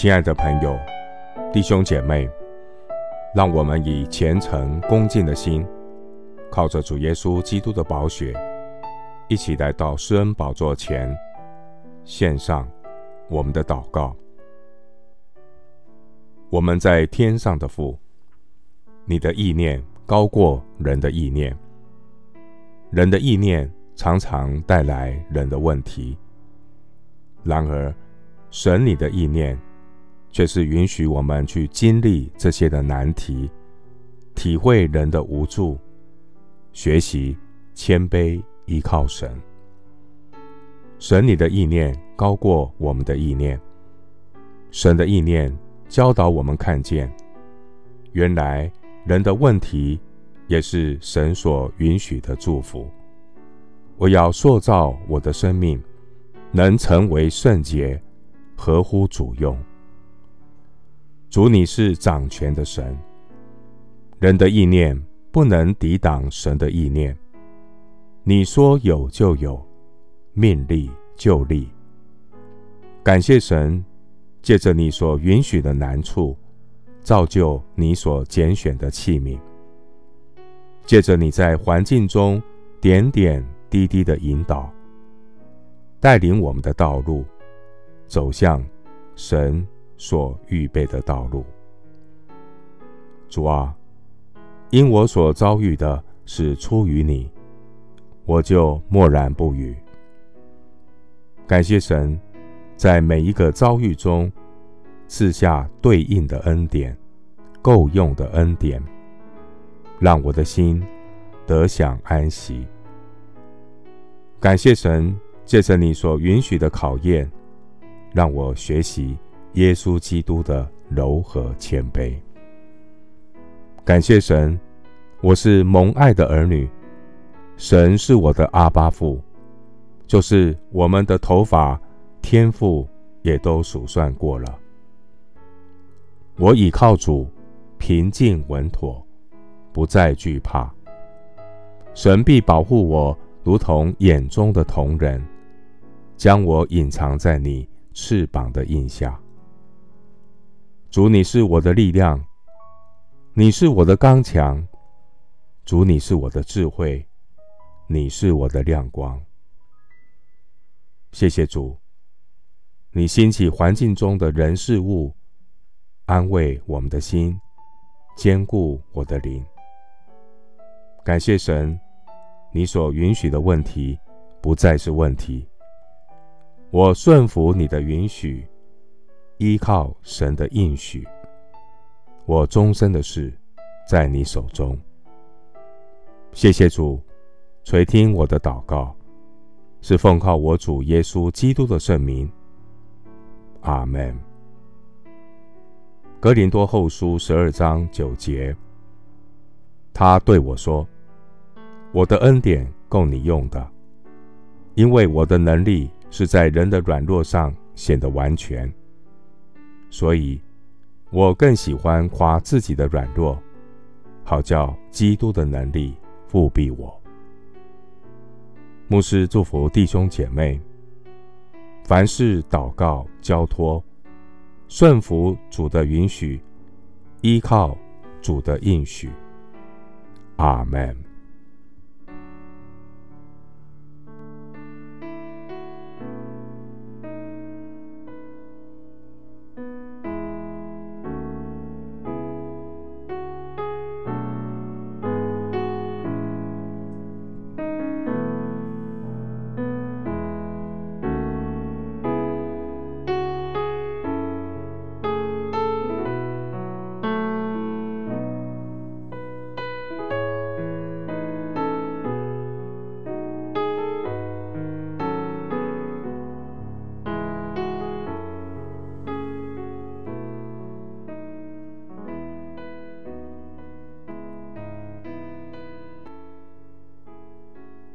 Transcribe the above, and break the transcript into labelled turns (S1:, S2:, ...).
S1: 亲爱的朋友、弟兄姐妹，让我们以虔诚恭敬的心，靠着主耶稣基督的宝血，一起来到施恩宝座前，献上我们的祷告。我们在天上的父，你的意念高过人的意念，人的意念常常带来人的问题，然而神你的意念却是允许我们去经历这些的难题，体会人的无助，学习谦卑依靠神。神你的意念高过我们的意念，神的意念教导我们看见，原来人的问题也是神所允许的祝福。我要塑造我的生命，能成为圣洁，合乎主用。主，你是掌权的神，人的意念不能抵挡神的意念。你说有就有，命立就立。感谢神，借着你所允许的难处，造就你所拣选的器皿。借着你在环境中点点滴滴的引导，带领我们的道路，走向神所预备的道路。主啊，因我所遭遇的是出于你，我就默然不语。感谢神，在每一个遭遇中赐下对应的恩典，够用的恩典，让我的心得享安息。感谢神，借着你所允许的考验，让我学习耶稣基督的柔和谦卑。感谢神，我是蒙爱的儿女，神是我的阿爸父，就是我们的头发天父也都数算过了。我倚靠主，平静稳妥，不再惧怕。神必保护我，如同眼中的瞳人，将我隐藏在你翅膀的荫下。主，你是我的力量，你是我的刚强。主，你是我的智慧，你是我的亮光。谢谢主，你兴起环境中的人事物，安慰我们的心，坚固我的灵。感谢神，你所允许的问题不再是问题。我顺服你的允许，依靠神的应许。我终身的事在你手中。谢谢主，垂听我的祷告，是奉靠我主耶稣基督的圣名。阿们。哥林多后书12章9节，他对我说，我的恩典够你用的，因为我的能力是在人的软弱上显得完全。所以我更喜欢夸自己的软弱，好叫基督的能力复庇我。牧师祝福弟兄姐妹，凡事祷告交托，顺服主的允许，依靠主的应许。阿们。